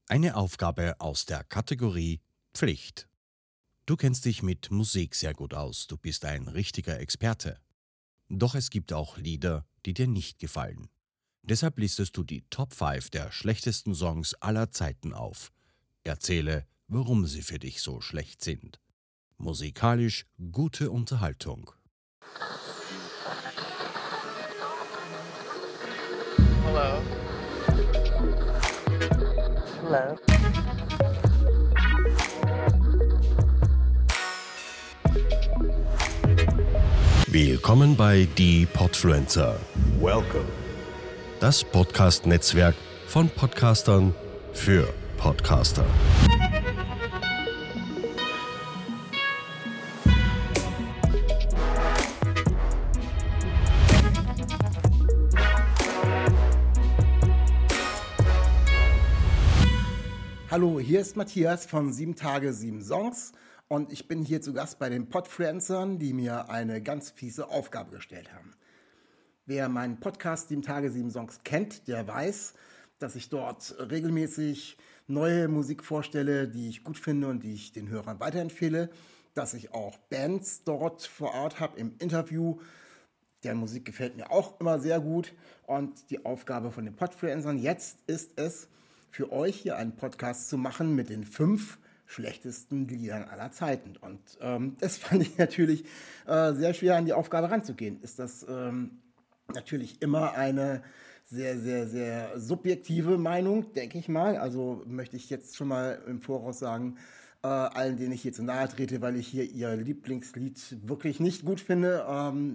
Eine Aufgabe aus der Kategorie Pflicht. Du kennst dich mit Musik sehr gut aus, du bist ein richtiger Experte. Doch es gibt auch Lieder, die dir nicht gefallen. Deshalb listest du die Top 5 der schlechtesten Songs aller Zeiten auf. Erzähle, warum sie für dich so schlecht sind. Musikalisch gute Unterhaltung. Hello. Hello. Willkommen bei Die Podfluencer, Welcome. das Podcast-Netzwerk von Podcastern für Podcaster. Hallo, hier ist Matthias von 7 Tage, 7 Songs und ich bin hier zu Gast bei den Podfluencern, die mir eine ganz fiese Aufgabe gestellt haben. Wer meinen Podcast 7 Tage, 7 Songs kennt, der weiß, dass ich dort regelmäßig neue Musik vorstelle, die ich gut finde und die ich den Hörern weiterempfehle, dass ich auch Bands dort vor Ort habe im Interview. Deren Musik gefällt mir auch immer sehr gut und die Aufgabe von den Podfluencern jetzt ist es, für euch hier einen Podcast zu machen mit den 5 schlechtesten Liedern aller Zeiten. Und das fand ich natürlich sehr schwer, an die Aufgabe ranzugehen. Ist das natürlich immer eine sehr, sehr, sehr subjektive Meinung, denke ich mal. Also möchte ich jetzt schon mal im Voraus sagen, allen, denen ich hier zu nahe trete, weil ich hier ihr Lieblingslied wirklich nicht gut finde,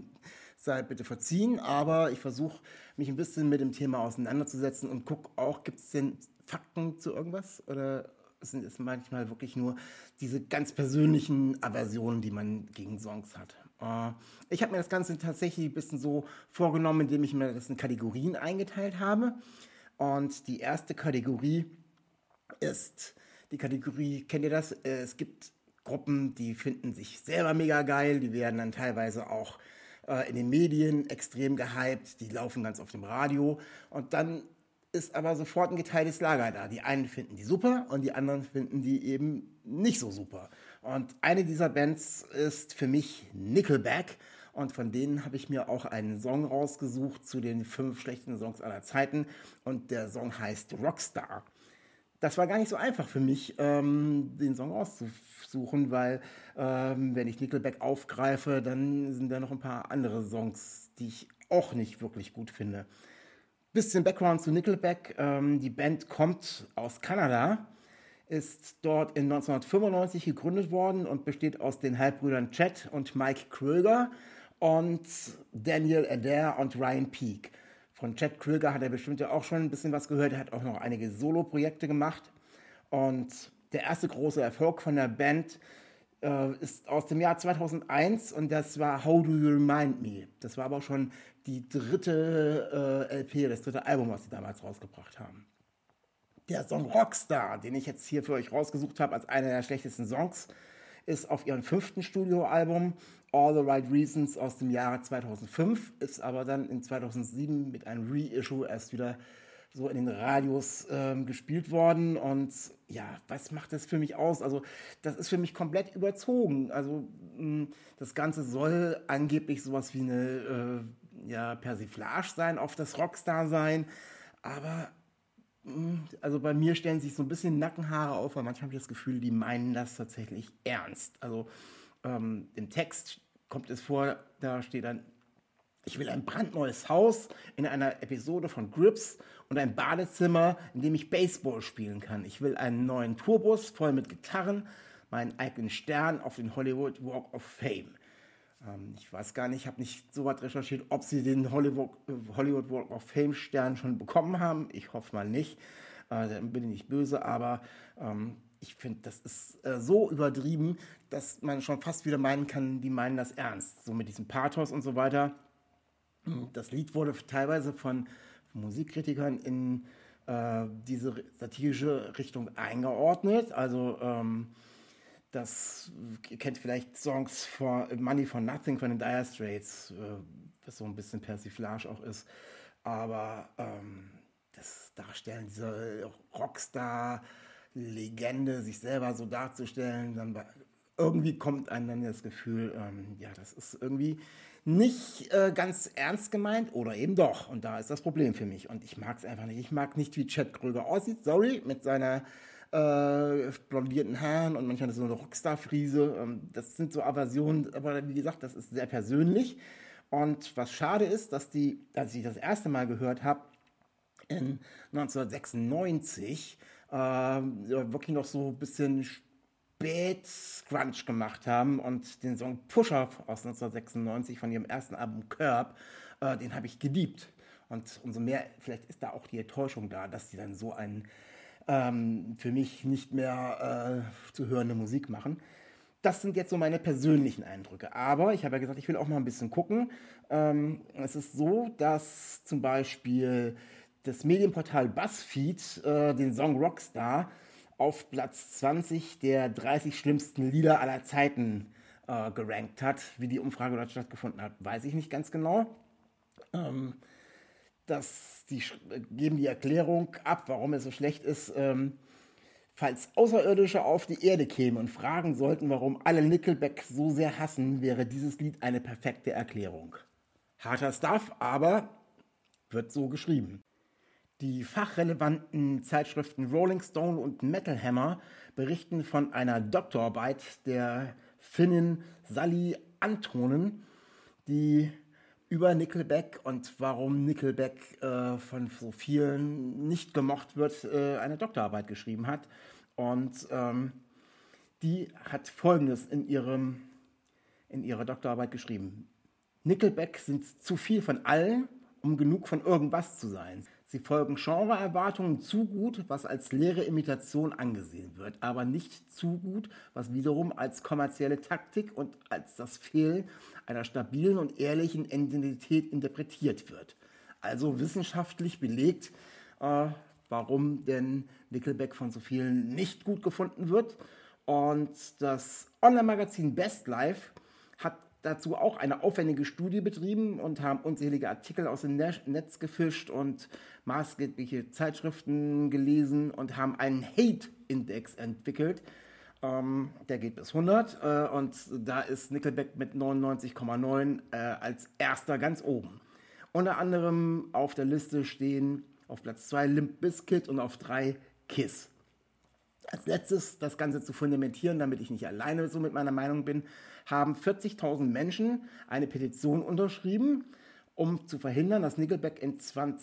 seid bitte verziehen. Aber ich versuche, mich ein bisschen mit dem Thema auseinanderzusetzen und gucke auch, gibt es denn Fakten zu irgendwas? Oder sind es manchmal wirklich nur diese ganz persönlichen Aversionen, die man gegen Songs hat? Ich habe mir das Ganze tatsächlich ein bisschen so vorgenommen, indem ich mir das in Kategorien eingeteilt habe. Und die erste Kategorie ist die Kategorie, kennt ihr das? Es gibt Gruppen, die finden sich selber mega geil, die werden dann teilweise auch in den Medien extrem gehypt, die laufen ganz auf dem Radio und dann ist aber sofort ein geteiltes Lager da. Die einen finden die super und die anderen finden die eben nicht so super. Und eine dieser Bands ist für mich Nickelback und von denen habe ich mir auch einen Song rausgesucht zu den 5 schlechtesten Songs aller Zeiten und der Song heißt Rockstar. Das war gar nicht so einfach für mich, den Song auszusuchen, weil wenn ich Nickelback aufgreife, dann sind da noch ein paar andere Songs, die ich auch nicht wirklich gut finde. Bisschen Background zu Nickelback. Die Band kommt aus Kanada, ist dort in 1995 gegründet worden und besteht aus den Halbbrüdern Chet und Mike Kröger und Daniel Adair und Ryan Peake. Von Chet Kröger hat er bestimmt ja auch schon ein bisschen was gehört. Er hat auch noch einige Solo-Projekte gemacht. Und der erste große Erfolg von der Band ist aus dem Jahr 2001 und das war How Do You Remind Me. Das war aber auch schon die dritte LP, das dritte Album, was sie damals rausgebracht haben. Der Song Rockstar, den ich jetzt hier für euch rausgesucht habe als einer der schlechtesten Songs, ist auf ihrem 5. Studioalbum All the Right Reasons aus dem Jahre 2005, ist aber dann in 2007 mit einem Reissue erst wieder so in den Radios gespielt worden. Und ja, was macht das für mich aus? Also das ist für mich komplett überzogen. Also das Ganze soll angeblich sowas wie eine Persiflage sein auf das Rockstar-Sein, aber also bei mir stellen sich so ein bisschen Nackenhaare auf, weil manchmal habe ich das Gefühl, die meinen das tatsächlich ernst. Also im Text kommt es vor, da steht dann, ich will ein brandneues Haus in einer Episode von Grips und ein Badezimmer, in dem ich Baseball spielen kann. Ich will einen neuen Tourbus voll mit Gitarren, meinen eigenen Stern auf den Hollywood Walk of Fame. Ich weiß gar nicht, ich habe nicht so weit recherchiert, ob sie den Hollywood Walk of Fame Stern schon bekommen haben. Ich hoffe mal nicht. Dann bin ich nicht böse, aber ich finde, das ist so übertrieben, dass man schon fast wieder meinen kann, die meinen das ernst. So mit diesem Pathos und so weiter. Das Lied wurde teilweise von Musikkritikern in diese satirische Richtung eingeordnet. Also ihr kennt vielleicht Songs for Money for Nothing von den Dire Straits, was so ein bisschen Persiflage auch ist. Aber darstellen, diese Rockstar-Legende, sich selber so darzustellen, dann irgendwie kommt einem dann das Gefühl, das ist irgendwie nicht ganz ernst gemeint oder eben doch. Und da ist das Problem für mich. Und ich mag es einfach nicht. Ich mag nicht, wie Chad Kröger aussieht, sorry, mit seiner blondierten Haaren und manchmal so eine Rockstar-Friese. Das sind so Aversionen, aber wie gesagt, das ist sehr persönlich. Und was schade ist, als ich das erste Mal gehört habe, in 1996, wirklich noch so ein bisschen Spät-Grunge gemacht haben und den Song Pusher aus 1996 von ihrem ersten Album Curb, den habe ich geliebt. Und umso mehr, vielleicht ist da auch die Enttäuschung da, dass die dann so für mich nicht mehr zu hörende Musik machen. Das sind jetzt so meine persönlichen Eindrücke. Aber ich habe ja gesagt, ich will auch mal ein bisschen gucken. Es ist so, dass zum Beispiel das Medienportal BuzzFeed den Song Rockstar auf Platz 20 der 30 schlimmsten Lieder aller Zeiten gerankt hat. Wie die Umfrage dort stattgefunden hat, weiß ich nicht ganz genau. Die geben die Erklärung ab, warum es so schlecht ist. Falls Außerirdische auf die Erde kämen und fragen sollten, warum alle Nickelback so sehr hassen, wäre dieses Lied eine perfekte Erklärung. Harter Stuff, aber wird so geschrieben. Die fachrelevanten Zeitschriften Rolling Stone und Metal Hammer berichten von einer Doktorarbeit der Finnin Sally Antonen, die über Nickelback und warum Nickelback von so vielen nicht gemocht wird, eine Doktorarbeit geschrieben hat. Und die hat Folgendes in ihrer Doktorarbeit geschrieben. Nickelback sind zu viel von allen, um genug von irgendwas zu sein. Sie folgen Genreerwartungen zu gut, was als leere Imitation angesehen wird, aber nicht zu gut, was wiederum als kommerzielle Taktik und als das Fehlen einer stabilen und ehrlichen Identität interpretiert wird. Also wissenschaftlich belegt, warum denn Nickelback von so vielen nicht gut gefunden wird. Und das Online-Magazin Best Life hat dazu auch eine aufwendige Studie betrieben und haben unzählige Artikel aus dem Netz gefischt und maßgebliche Zeitschriften gelesen und haben einen Hate-Index entwickelt. Der geht bis 100 und da ist Nickelback mit 99,9 als erster ganz oben. Unter anderem auf der Liste stehen auf Platz 2 Limp Bizkit und auf 3 Kiss. Als letztes, das Ganze zu fundamentieren, damit ich nicht alleine so mit meiner Meinung bin, haben 40.000 Menschen eine Petition unterschrieben, um zu verhindern, dass Nickelback in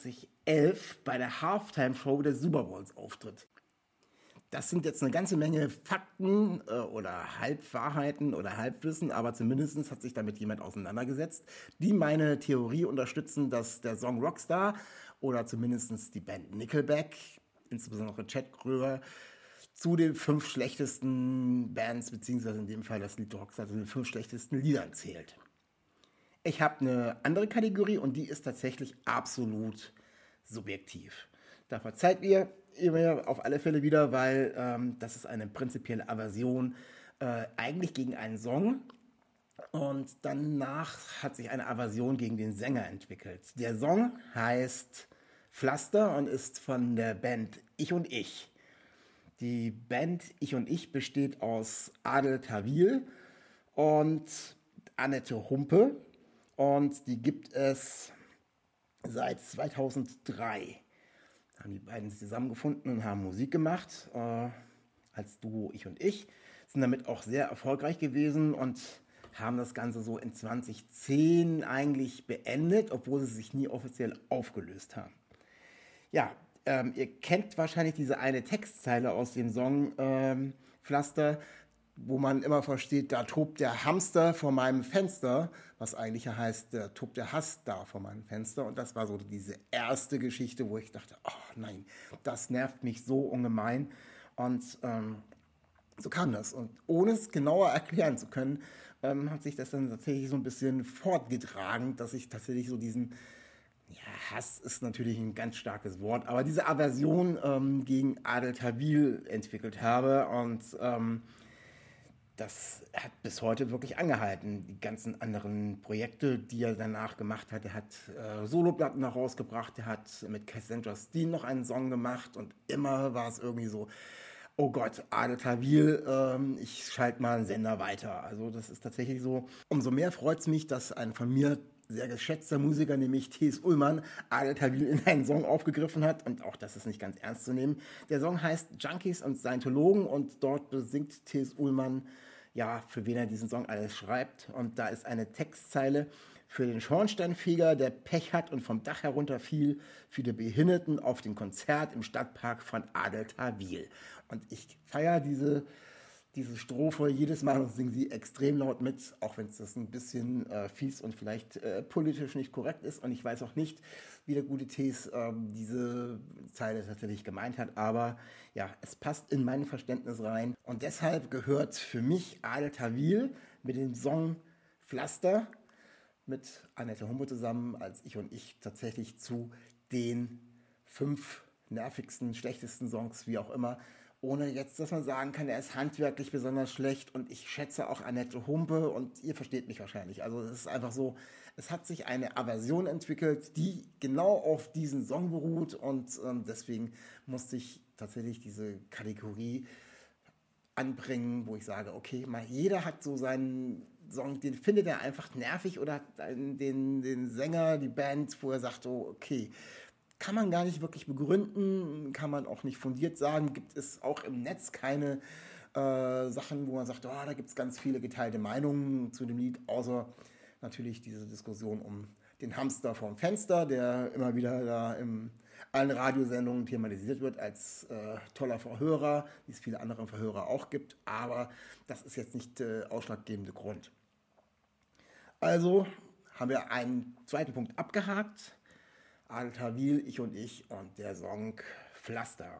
2011 bei der Halftime-Show des Super Bowls auftritt. Das sind jetzt eine ganze Menge Fakten oder Halbwahrheiten oder Halbwissen, aber zumindest hat sich damit jemand auseinandergesetzt, die meine Theorie unterstützen, dass der Song Rockstar oder zumindest die Band Nickelback, insbesondere Chad Kröger, zu den 5 schlechtesten Bands, beziehungsweise in dem Fall das Lied Rockstar, zu den 5 schlechtesten Liedern zählt. Ich habe eine andere Kategorie und die ist tatsächlich absolut subjektiv. Da verzeiht ihr mir auf alle Fälle wieder, weil das ist eine prinzipielle Aversion eigentlich gegen einen Song. Und danach hat sich eine Aversion gegen den Sänger entwickelt. Der Song heißt Pflaster und ist von der Band Ich und Ich. Die Band Ich und Ich besteht aus Adel Tawil und Annette Humpe und die gibt es seit 2003. Haben die beiden sich zusammengefunden und haben Musik gemacht als Duo Ich und Ich, sind damit auch sehr erfolgreich gewesen und haben das Ganze so in 2010 eigentlich beendet, obwohl sie sich nie offiziell aufgelöst haben. Ja, ihr kennt wahrscheinlich diese eine Textzeile aus dem Song Pflaster, wo man immer versteht, da tobt der Hamster vor meinem Fenster, was eigentlich heißt, da tobt der Hass da vor meinem Fenster. Und das war so diese erste Geschichte, wo ich dachte, oh nein, das nervt mich so ungemein. Und so kam das. Und ohne es genauer erklären zu können, hat sich das dann tatsächlich so ein bisschen fortgetragen, dass ich tatsächlich so diesen, ja, Hass ist natürlich ein ganz starkes Wort, aber diese Aversion gegen Adel Tawil entwickelt habe. Und das hat bis heute wirklich angehalten. Die ganzen anderen Projekte, die er danach gemacht hat, er hat Soloplatten noch rausgebracht, er hat mit Cassandra Steen noch einen Song gemacht und immer war es irgendwie so, oh Gott, Adel Tawil, ich schalte mal einen Sender weiter. Also das ist tatsächlich so. Umso mehr freut es mich, dass ein von mir sehr geschätzter Musiker, nämlich T.S. Ullmann, Adel Tawil in einen Song aufgegriffen hat. Und auch das ist nicht ganz ernst zu nehmen. Der Song heißt Junkies und Scientologen und dort besingt T.S. Ullmann, ja, für wen er diesen Song alles schreibt. Und da ist eine Textzeile für den Schornsteinfeger, der Pech hat und vom Dach herunterfiel, für die Behinderten auf dem Konzert im Stadtpark von Adel Tawil. Und ich feiere diese Strophe jedes Mal und singe sie extrem laut mit, auch wenn es das ein bisschen fies und vielleicht politisch nicht korrekt ist. Und ich weiß auch nicht, wie der gute Tees diese Zeile tatsächlich gemeint hat. Aber ja, es passt in mein Verständnis rein. Und deshalb gehört für mich Adel Tawil mit dem Song Pflaster mit Annette Humpe zusammen, als Ich und ich tatsächlich zu den 5 nervigsten, schlechtesten Songs, wie auch immer. Ohne jetzt, dass man sagen kann, er ist handwerklich besonders schlecht und ich schätze auch Annette Humpe und ihr versteht mich wahrscheinlich. Also es ist einfach so, es hat sich eine Aversion entwickelt, die genau auf diesen Song beruht und deswegen musste ich tatsächlich diese Kategorie anbringen, wo ich sage, okay, mal jeder hat so seinen Song, den findet er einfach nervig oder hat den Sänger, die Band, wo er sagt, oh, okay, kann man gar nicht wirklich begründen, kann man auch nicht fundiert sagen, gibt es auch im Netz keine Sachen, wo man sagt, oh, da gibt es ganz viele geteilte Meinungen zu dem Lied, außer natürlich diese Diskussion um den Hamster vorm Fenster, der immer wieder da in allen Radiosendungen thematisiert wird als toller Verhörer, wie es viele andere Verhörer auch gibt, aber das ist jetzt nicht der ausschlaggebende Grund. Also haben wir einen zweiten Punkt abgehakt. Adel Tawil, Ich und ich und der Song Pflaster.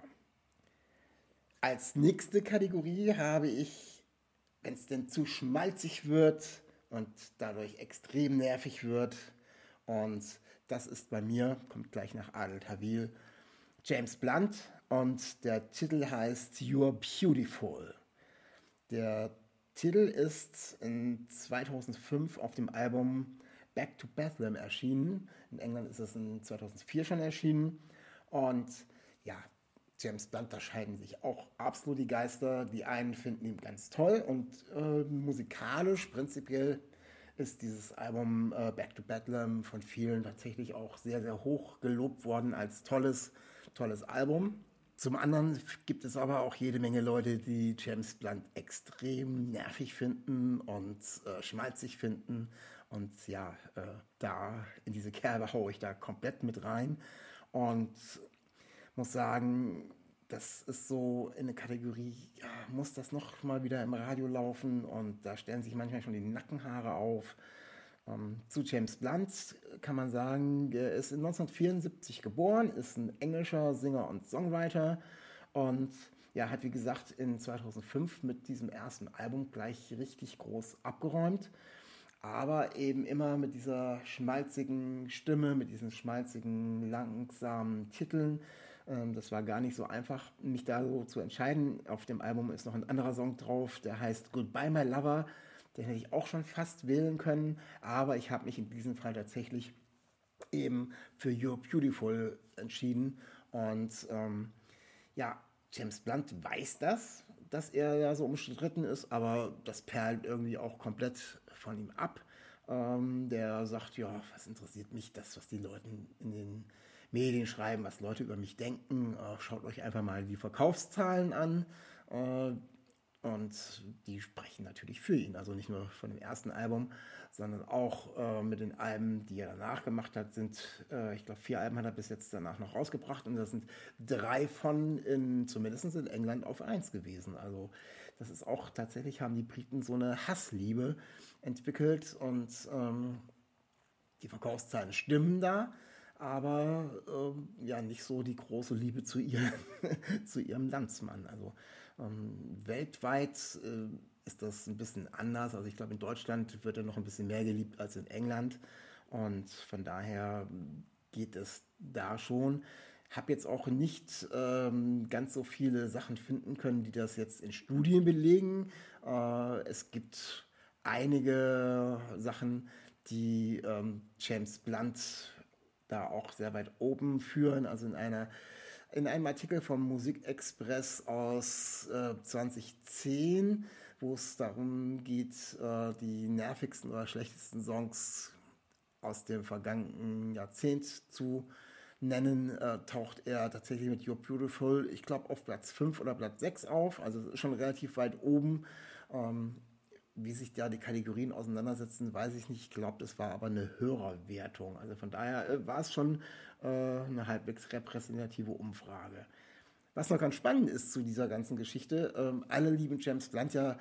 Als nächste Kategorie habe ich, wenn es denn zu schmalzig wird und dadurch extrem nervig wird, und das ist bei mir, kommt gleich nach Adel Tawil, James Blunt und der Titel heißt You're Beautiful. Der Titel ist in 2005 auf dem Album Back to Bethlehem erschienen. In England ist es in 2004 schon erschienen. Und ja, James Blunt, da scheiden sich auch absolut die Geister. Die einen finden ihn ganz toll und musikalisch prinzipiell ist dieses Album Back to Bethlehem von vielen tatsächlich auch sehr, sehr hoch gelobt worden als tolles Album. Zum anderen gibt es aber auch jede Menge Leute, die James Blunt extrem nervig finden und schmalzig finden. Und ja, da in diese Kerbe haue ich da komplett mit rein. Und muss sagen, das ist so in der Kategorie, ja, muss das noch mal wieder im Radio laufen? Und da stellen sich manchmal schon die Nackenhaare auf. Zu James Blunt kann man sagen, er ist in 1974 geboren, ist ein englischer Singer und Songwriter und ja, hat wie gesagt in 2005 mit diesem ersten Album gleich richtig groß abgeräumt, aber eben immer mit dieser schmalzigen Stimme, mit diesen schmalzigen, langsamen Titeln. Das war gar nicht so einfach, mich da so zu entscheiden. Auf dem Album ist noch ein anderer Song drauf, der heißt Goodbye My Lover. Den hätte ich auch schon fast wählen können, aber ich habe mich in diesem Fall tatsächlich eben für You're Beautiful entschieden. Und ja, James Blunt weiß das, dass er ja so umstritten ist, aber das perlt irgendwie auch komplett von ihm ab. Der sagt, ja, was interessiert mich das, was die Leute in den Medien schreiben, was Leute über mich denken. Schaut euch einfach mal die Verkaufszahlen an. Und die sprechen natürlich für ihn. Also nicht nur von dem ersten Album, sondern auch mit den Alben, die er danach gemacht hat, sind, ich glaube, 4 Alben hat er bis jetzt danach noch rausgebracht. Und das sind 3 von, zumindest in England, auf 1 gewesen. Also das ist auch, tatsächlich haben die Briten so eine Hassliebe entwickelt. Und die Verkaufszahlen stimmen da. Aber ja, nicht so die große Liebe zu ihrem Landsmann. Also weltweit ist das ein bisschen anders. Also ich glaube, in Deutschland wird er noch ein bisschen mehr geliebt als in England. Und von daher geht es da schon. habe jetzt auch nicht ganz so viele Sachen finden können, die das jetzt in Studien belegen. Es gibt einige Sachen, die James Blunt da auch sehr weit oben führen. Also in einem Artikel vom Musikexpress aus 2010, wo es darum geht, die nervigsten oder schlechtesten Songs aus dem vergangenen Jahrzehnt zu nennen, taucht er tatsächlich mit You're Beautiful, ich glaube, auf Platz 5 oder Platz 6 auf, also schon relativ weit oben. Wie sich da die Kategorien auseinandersetzen, weiß ich nicht. Ich glaube, das war aber eine Hörerwertung. Also von daher war es schon eine halbwegs repräsentative Umfrage. Was noch ganz spannend ist zu dieser ganzen Geschichte, alle lieben James Blunt ja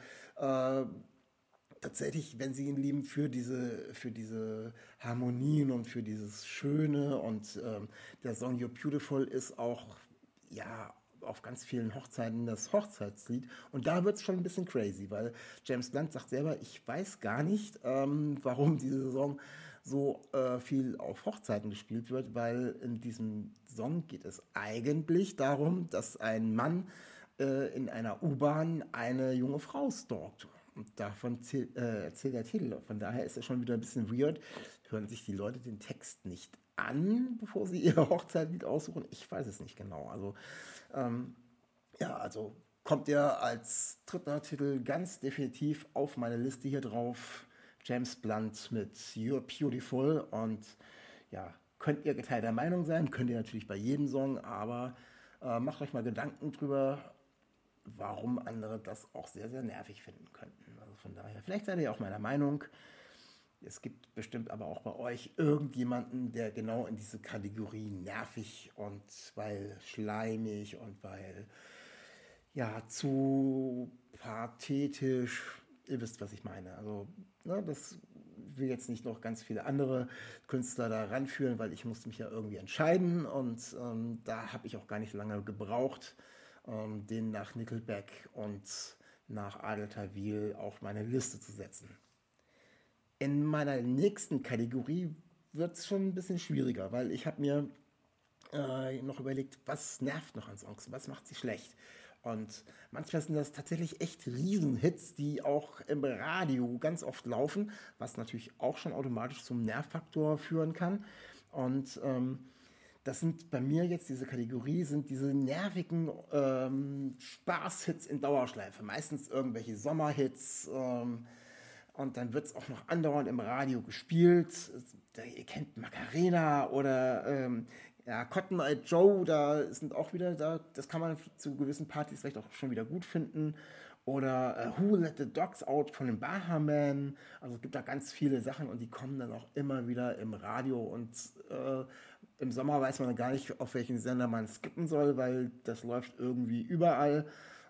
tatsächlich, wenn sie ihn lieben, für diese Harmonien und für dieses Schöne. Und der Song You're Beautiful ist auch, ja, auf ganz vielen Hochzeiten das Hochzeitslied. Und da wird es schon ein bisschen crazy, weil James Blunt sagt selber, ich weiß gar nicht, warum diese Song so viel auf Hochzeiten gespielt wird, weil in diesem Song geht es eigentlich darum, dass ein Mann in einer U-Bahn eine junge Frau stalkt. Und davon erzählt der Titel. Von daher ist es schon wieder ein bisschen weird. Hören sich die Leute den Text nicht an, bevor sie ihr Hochzeitlied aussuchen? Ich weiß es nicht genau. Also, ja, also kommt er als dritter Titel ganz definitiv auf meine Liste hier drauf. James Blunt mit You're Beautiful. Und ja, könnt ihr geteilter Meinung sein, könnt ihr natürlich bei jedem Song, aber macht euch mal Gedanken drüber, warum andere das auch sehr, sehr nervig finden könnten. Also von daher, vielleicht seid ihr auch meiner Meinung. Es gibt bestimmt aber auch bei euch irgendjemanden, der genau in diese Kategorie nervig und weil schleimig und weil ja zu pathetisch, ihr wisst, was ich meine. Also ne, das will jetzt nicht noch ganz viele andere Künstler da ranführen, weil ich musste mich ja irgendwie entscheiden und da habe ich auch gar nicht lange gebraucht, den nach Nickelback und nach Adel Tawil auf meine Liste zu setzen. In meiner nächsten Kategorie wird es schon ein bisschen schwieriger, weil ich habe mir noch überlegt, was nervt noch an Songs, was macht sie schlecht. Und manchmal sind das tatsächlich echt Riesenhits, die auch im Radio ganz oft laufen, was natürlich auch schon automatisch zum Nervfaktor führen kann. Und das sind bei mir jetzt, diese Kategorie, sind diese nervigen Spaßhits in Dauerschleife. Meistens irgendwelche Sommerhits. Und dann wird es auch noch andauernd im Radio gespielt. Ihr kennt Macarena oder ja, Cotton Eye Joe, da sind auch wieder, das kann man zu gewissen Partys vielleicht auch schon wieder gut finden. Oder Who Let the Dogs Out von den Bahamen. Also es gibt da ganz viele Sachen und die kommen dann auch immer wieder im Radio. Und im Sommer weiß man gar nicht, auf welchen Sender man skippen soll, weil das läuft irgendwie überall.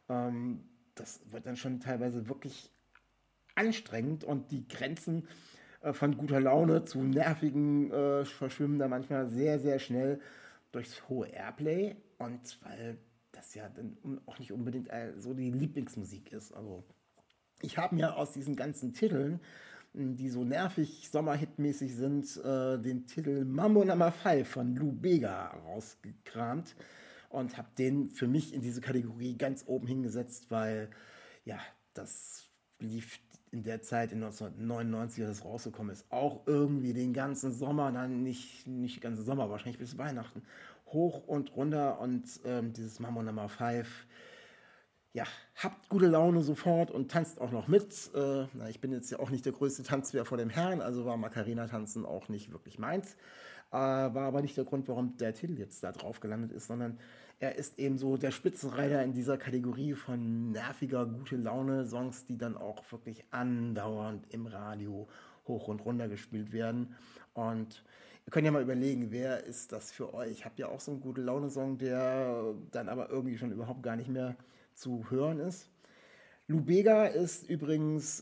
Das wird dann schon teilweise wirklich anstrengend und die Grenzen von guter Laune zu nervigen verschwimmen da manchmal sehr, sehr schnell durchs hohe Airplay und weil das ja dann auch nicht unbedingt so die Lieblingsmusik ist. Also ich habe mir aus diesen ganzen Titeln, die so nervig Sommerhit-mäßig sind, den Titel Mambo Number 5 von Lou Bega rausgekramt und habe den für mich in diese Kategorie ganz oben hingesetzt, weil ja, das lief in der Zeit, in 1999, als es rausgekommen ist, auch irgendwie den ganzen Sommer, dann nicht den ganzen Sommer, wahrscheinlich bis Weihnachten, hoch und runter und dieses Mambo Number 5, ja, habt gute Laune sofort und tanzt auch noch mit. Ich bin jetzt ja auch nicht der größte Tanzbär vor dem Herrn, also war Macarena-Tanzen auch nicht wirklich meins. War aber nicht der Grund, warum der Titel jetzt da drauf gelandet ist, sondern er ist eben so der Spitzenreiter in dieser Kategorie von nerviger, gute Laune-Songs, die dann auch wirklich andauernd im Radio hoch und runter gespielt werden. Und ihr könnt ja mal überlegen, wer ist das für euch? Habt ihr auch so einen gute Laune-Song, der dann aber irgendwie schon überhaupt gar nicht mehr zu hören ist? Lou Bega ist übrigens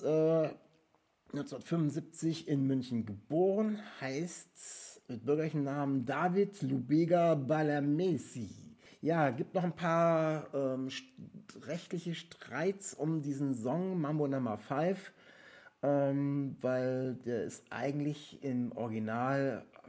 1975 in München geboren, heißt mit bürgerlichen Namen David Lubega Balamesi. Ja, gibt noch ein paar rechtliche Streits um diesen Song Mambo Number 5, weil der ist eigentlich im Original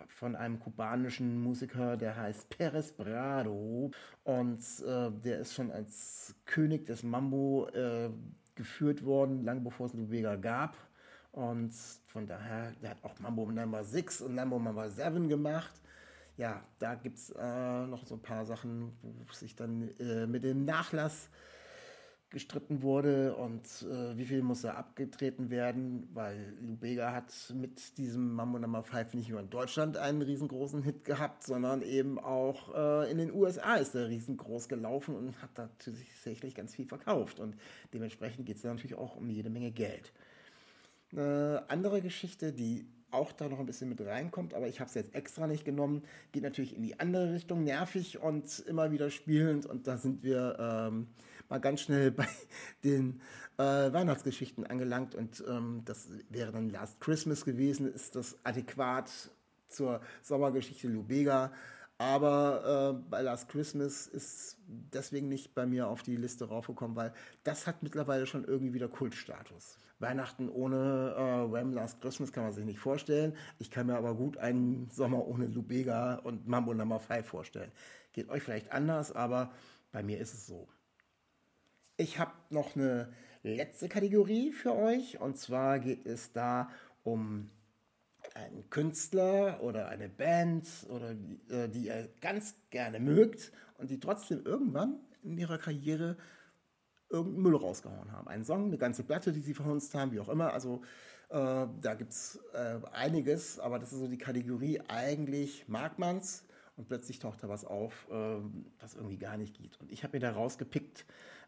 von einem kubanischen Musiker, der heißt Perez Prado. Und der ist schon als König des Mambo geführt worden, lang bevor es Lou Bega gab. Und von daher, der hat auch Mambo Number 6 und Mambo Number 7 gemacht. Ja, da gibt es noch so ein paar Sachen, wo sich dann mit dem Nachlass gestritten wurde und wie viel muss er abgetreten werden, weil Lou Bega hat mit diesem Mambo Number 5 nicht nur in Deutschland einen riesengroßen Hit gehabt, sondern eben auch in den USA ist er riesengroß gelaufen und hat da tatsächlich ganz viel verkauft und dementsprechend geht es natürlich auch um jede Menge Geld. Eine andere Geschichte, die auch da noch ein bisschen mit reinkommt, aber ich habe es jetzt extra nicht genommen, geht natürlich in die andere Richtung, nervig und immer wieder spielend und da sind wir mal ganz schnell bei den Weihnachtsgeschichten angelangt und das wäre dann Last Christmas gewesen, ist das adäquat zur Sommergeschichte Lou Bega, aber bei Last Christmas ist deswegen nicht bei mir auf die Liste raufgekommen, weil das hat mittlerweile schon irgendwie wieder Kultstatus. Weihnachten ohne Wham! Last Christmas kann man sich nicht vorstellen. Ich kann mir aber gut einen Sommer ohne Lou Bega und Mambo Number 5 vorstellen. Geht euch vielleicht anders, aber bei mir ist es so. Ich habe noch eine letzte Kategorie für euch und zwar geht es da um einen Künstler oder eine Band oder die ihr ganz gerne mögt und die trotzdem irgendwann in ihrer Karriere irgendeinen Müll rausgehauen haben. Einen Song, eine ganze Platte, die sie verhunzt haben, wie auch immer. Also da gibt es einiges, aber das ist so die Kategorie, eigentlich mag man's und plötzlich taucht da was auf, was irgendwie gar nicht geht. Und ich habe mir da rausgepickt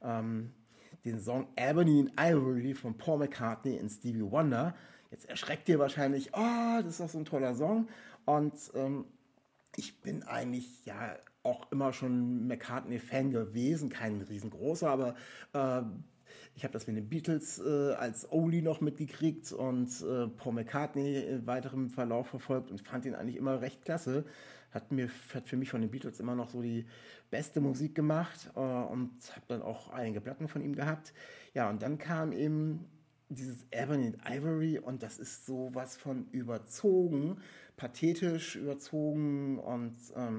den Song Ebony and Ivory von Paul McCartney und Stevie Wonder. Jetzt erschreckt ihr wahrscheinlich, oh, das ist doch so ein toller Song. Und ich bin eigentlich ja auch immer schon McCartney-Fan gewesen, kein riesengroßer, aber ich habe das mit den Beatles als Oldie noch mitgekriegt und Paul McCartney im weiteren Verlauf verfolgt und fand ihn eigentlich immer recht klasse. Hat für mich von den Beatles immer noch so die beste Musik gemacht und habe dann auch einige Platten von ihm gehabt. Ja, und dann kam eben dieses Ebony and Ivory und das ist sowas von überzogen, pathetisch überzogen und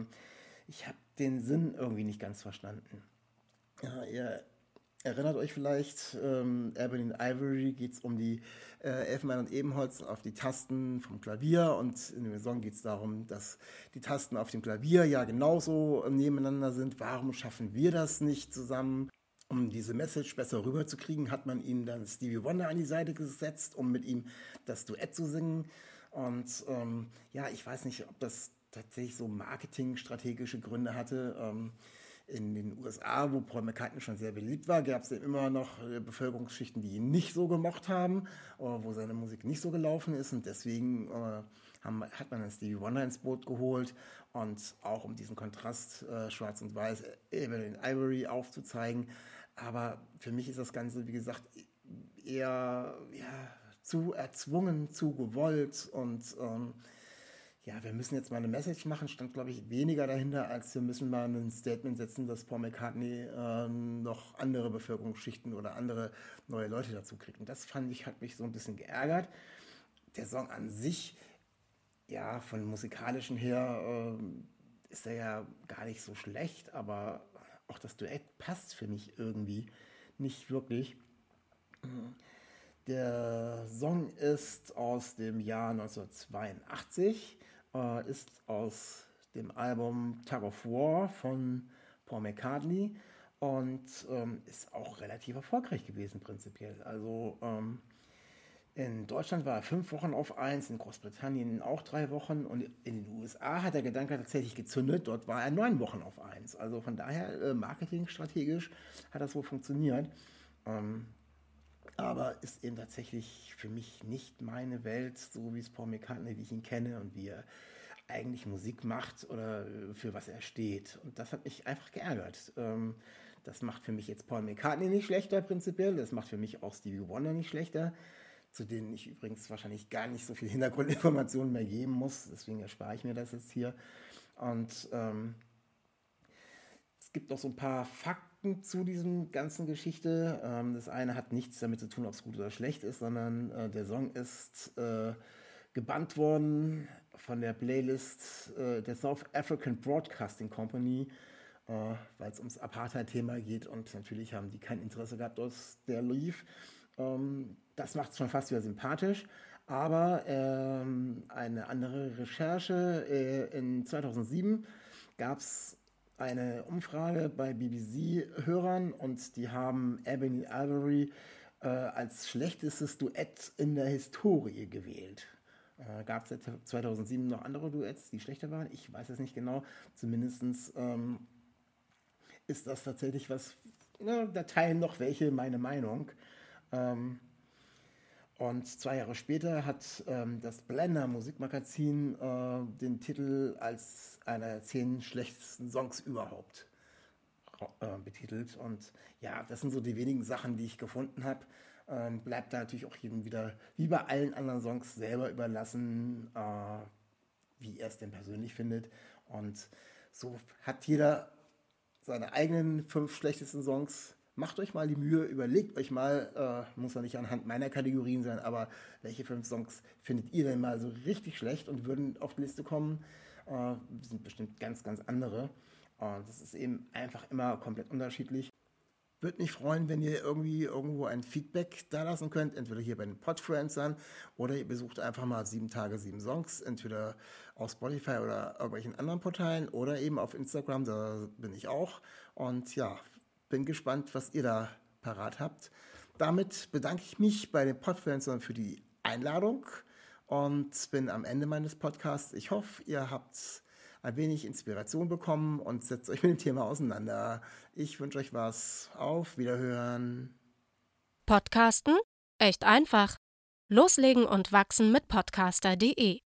ich habe den Sinn irgendwie nicht ganz verstanden. Ja, ihr erinnert euch vielleicht, Ebony and Ivory geht es um die Elfenbein und Ebenholz auf die Tasten vom Klavier und in dem Song geht es darum, dass die Tasten auf dem Klavier ja genauso nebeneinander sind. Warum schaffen wir das nicht zusammen? Um diese Message besser rüberzukriegen, hat man ihm dann Stevie Wonder an die Seite gesetzt, um mit ihm das Duett zu singen. Und ja, ich weiß nicht, ob das tatsächlich so marketingstrategische Gründe hatte. In den USA, wo Paul McCartney schon sehr beliebt war, gab es immer noch Bevölkerungsschichten, die ihn nicht so gemocht haben, wo seine Musik nicht so gelaufen ist. Und deswegen hat man dann Stevie Wonder ins Boot geholt und auch um diesen Kontrast Schwarz und Weiß, Ebony and Ivory aufzuzeigen. Aber für mich ist das Ganze, wie gesagt, eher zu erzwungen, zu gewollt und ja, wir müssen jetzt mal eine Message machen, stand, glaube ich, weniger dahinter, als wir müssen mal ein Statement setzen, dass Paul McCartney noch andere Bevölkerungsschichten oder andere neue Leute dazu kriegt. Und das fand ich, hat mich so ein bisschen geärgert. Der Song an sich, ja, von musikalischen her ist er ja gar nicht so schlecht, aber auch das Duett passt für mich irgendwie nicht wirklich. Der Song ist aus dem Jahr 1982, ist aus dem Album Tug of War von Paul McCartney und ist auch relativ erfolgreich gewesen prinzipiell. Also in Deutschland war er 5 Wochen auf 1, in Großbritannien auch 3 Wochen und in den USA hat der Gedanke tatsächlich gezündet, dort war er 9 Wochen auf 1. Also von daher marketingstrategisch hat das wohl funktioniert. Aber ist eben tatsächlich für mich nicht meine Welt, so wie es Paul McCartney, wie ich ihn kenne und wie er eigentlich Musik macht oder für was er steht. Und das hat mich einfach geärgert. Das macht für mich jetzt Paul McCartney nicht schlechter prinzipiell, das macht für mich auch Stevie Wonder nicht schlechter, zu denen ich übrigens wahrscheinlich gar nicht so viel Hintergrundinformationen mehr geben muss, deswegen erspare ich mir das jetzt hier. Und es gibt auch so ein paar Fakten zu diesem ganzen Geschichte. Das eine hat nichts damit zu tun, ob es gut oder schlecht ist, sondern der Song ist gebannt worden von der Playlist der South African Broadcasting Company, weil es ums Apartheid-Thema geht und natürlich haben die kein Interesse gehabt, dass der lief. Das macht es schon fast wieder sympathisch. Aber eine andere Recherche, in 2007 gab es eine Umfrage bei BBC-Hörern und die haben Ebony Ivory als schlechtestes Duett in der Historie gewählt. Gab es 2007 noch andere Duets, die schlechter waren? Ich weiß es nicht genau. Zumindest ist das tatsächlich was, da teilen noch welche meine Meinung. Und 2 Jahre später hat das Blender Musikmagazin den Titel als einer der 10 schlechtesten Songs überhaupt betitelt. Und ja, das sind so die wenigen Sachen, die ich gefunden habe. Bleibt da natürlich auch jedem wieder, wie bei allen anderen Songs, selber überlassen, wie er es denn persönlich findet. Und so hat jeder seine eigenen 5 schlechtesten Songs. Macht euch mal die Mühe, überlegt euch mal, muss ja nicht anhand meiner Kategorien sein, aber welche 5 Songs findet ihr denn mal so richtig schlecht und würden auf die Liste kommen? Sind bestimmt ganz, ganz andere. Das ist eben einfach immer komplett unterschiedlich. Würde mich freuen, wenn ihr irgendwo ein Feedback da lassen könnt, entweder hier bei den Podfluencern oder ihr besucht einfach mal 7 Tage 7 Songs, entweder auf Spotify oder irgendwelchen anderen Portalen oder eben auf Instagram, da bin ich auch. Und ja, bin gespannt, was ihr da parat habt. Damit bedanke ich mich bei den Podfluencern für die Einladung und bin am Ende meines Podcasts. Ich hoffe, ihr habt ein wenig Inspiration bekommen und setzt euch mit dem Thema auseinander. Ich wünsche euch was. Auf Wiederhören. Podcasten? Echt einfach. Loslegen und wachsen mit podcaster.de